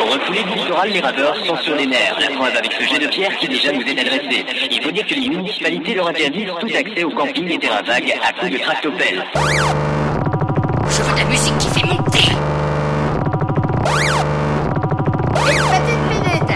Pour refouler Bourg-Soral, les radars sont sur les nerfs. La preuve avec ce jet de pierre qui déjà nous est adressé. Il faut dire que les municipalités leur interdisent tout accès au camping et terrains vagues à coups de tractopelle. Je veux de la musique qui fait monter. Une petite minute.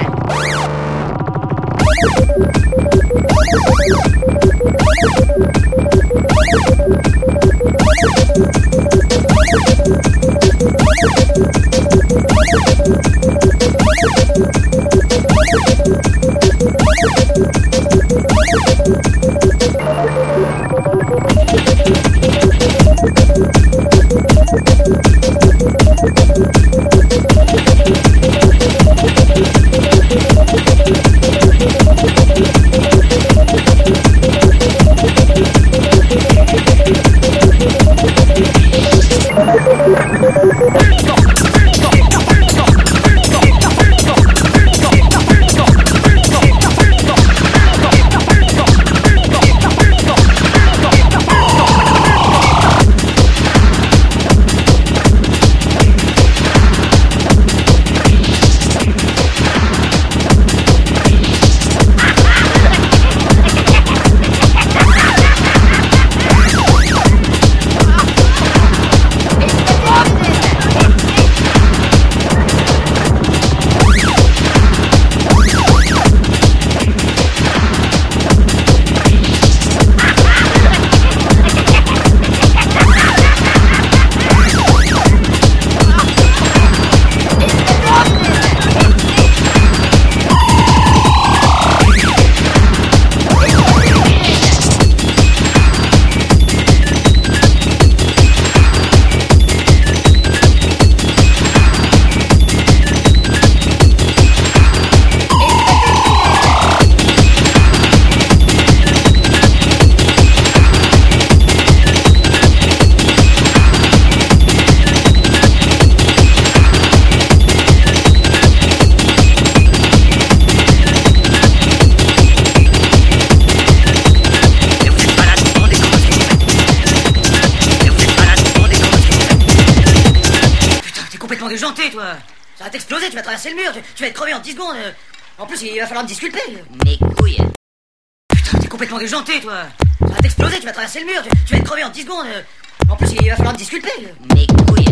Déjanté, toi. Ça va t'exploser, tu vas traverser le mur, tu vas être crevé en 10 secondes. En plus, il va falloir me disculper. Mes couilles. Putain, t'es complètement déjanté, toi. Ça va t'exploser, tu vas traverser le mur, tu vas être crevé en 10 secondes. En plus, il va falloir me disculper. Mes couilles.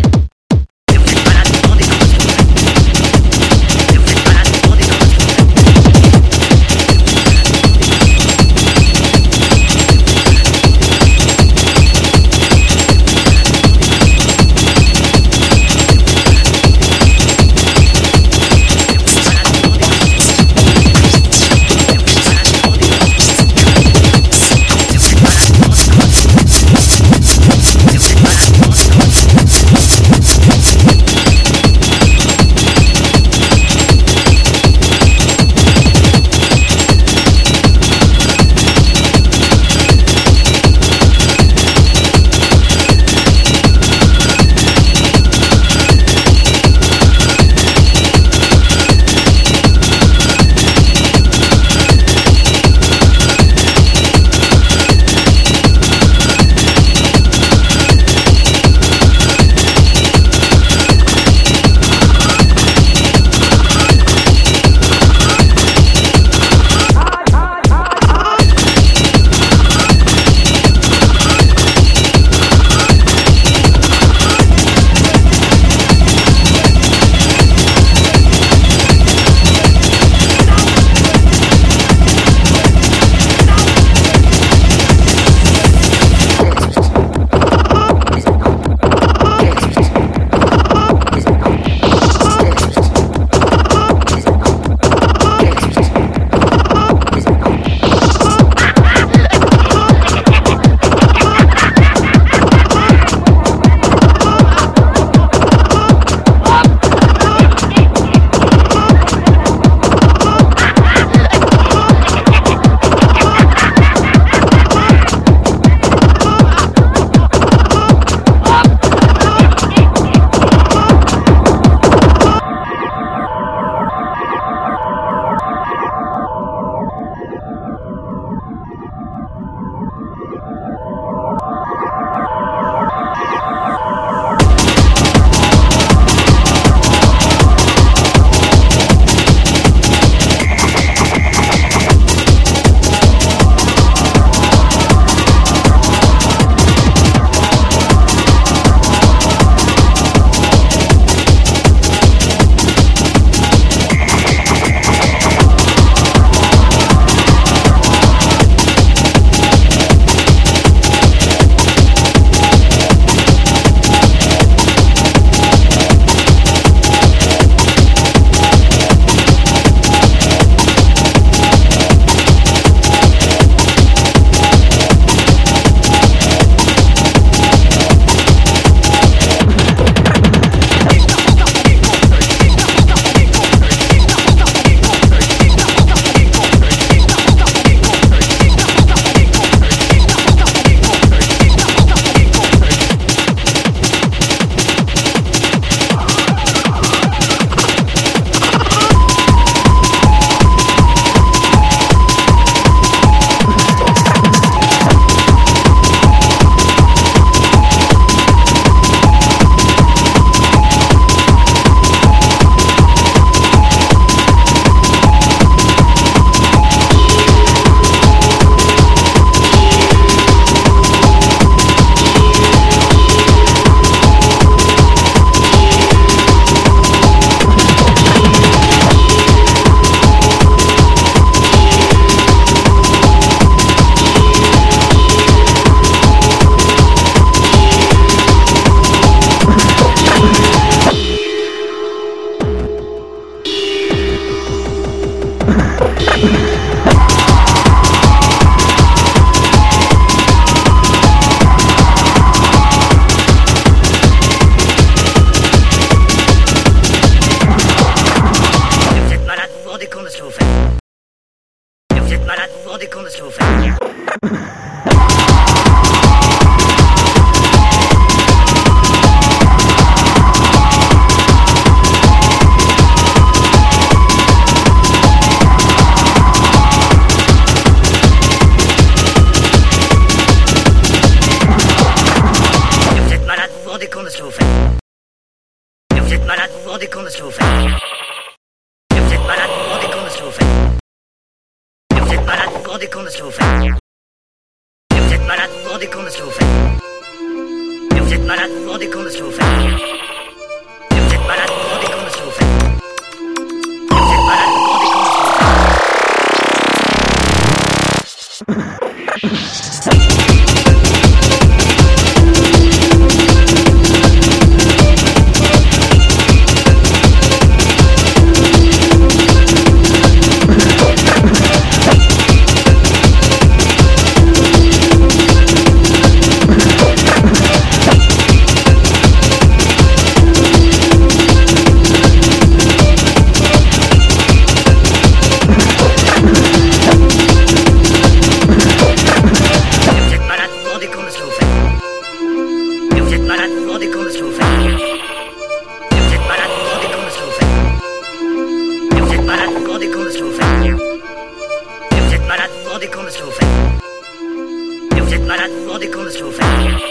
Malade, vous vous rendez compte de ce que vous faites?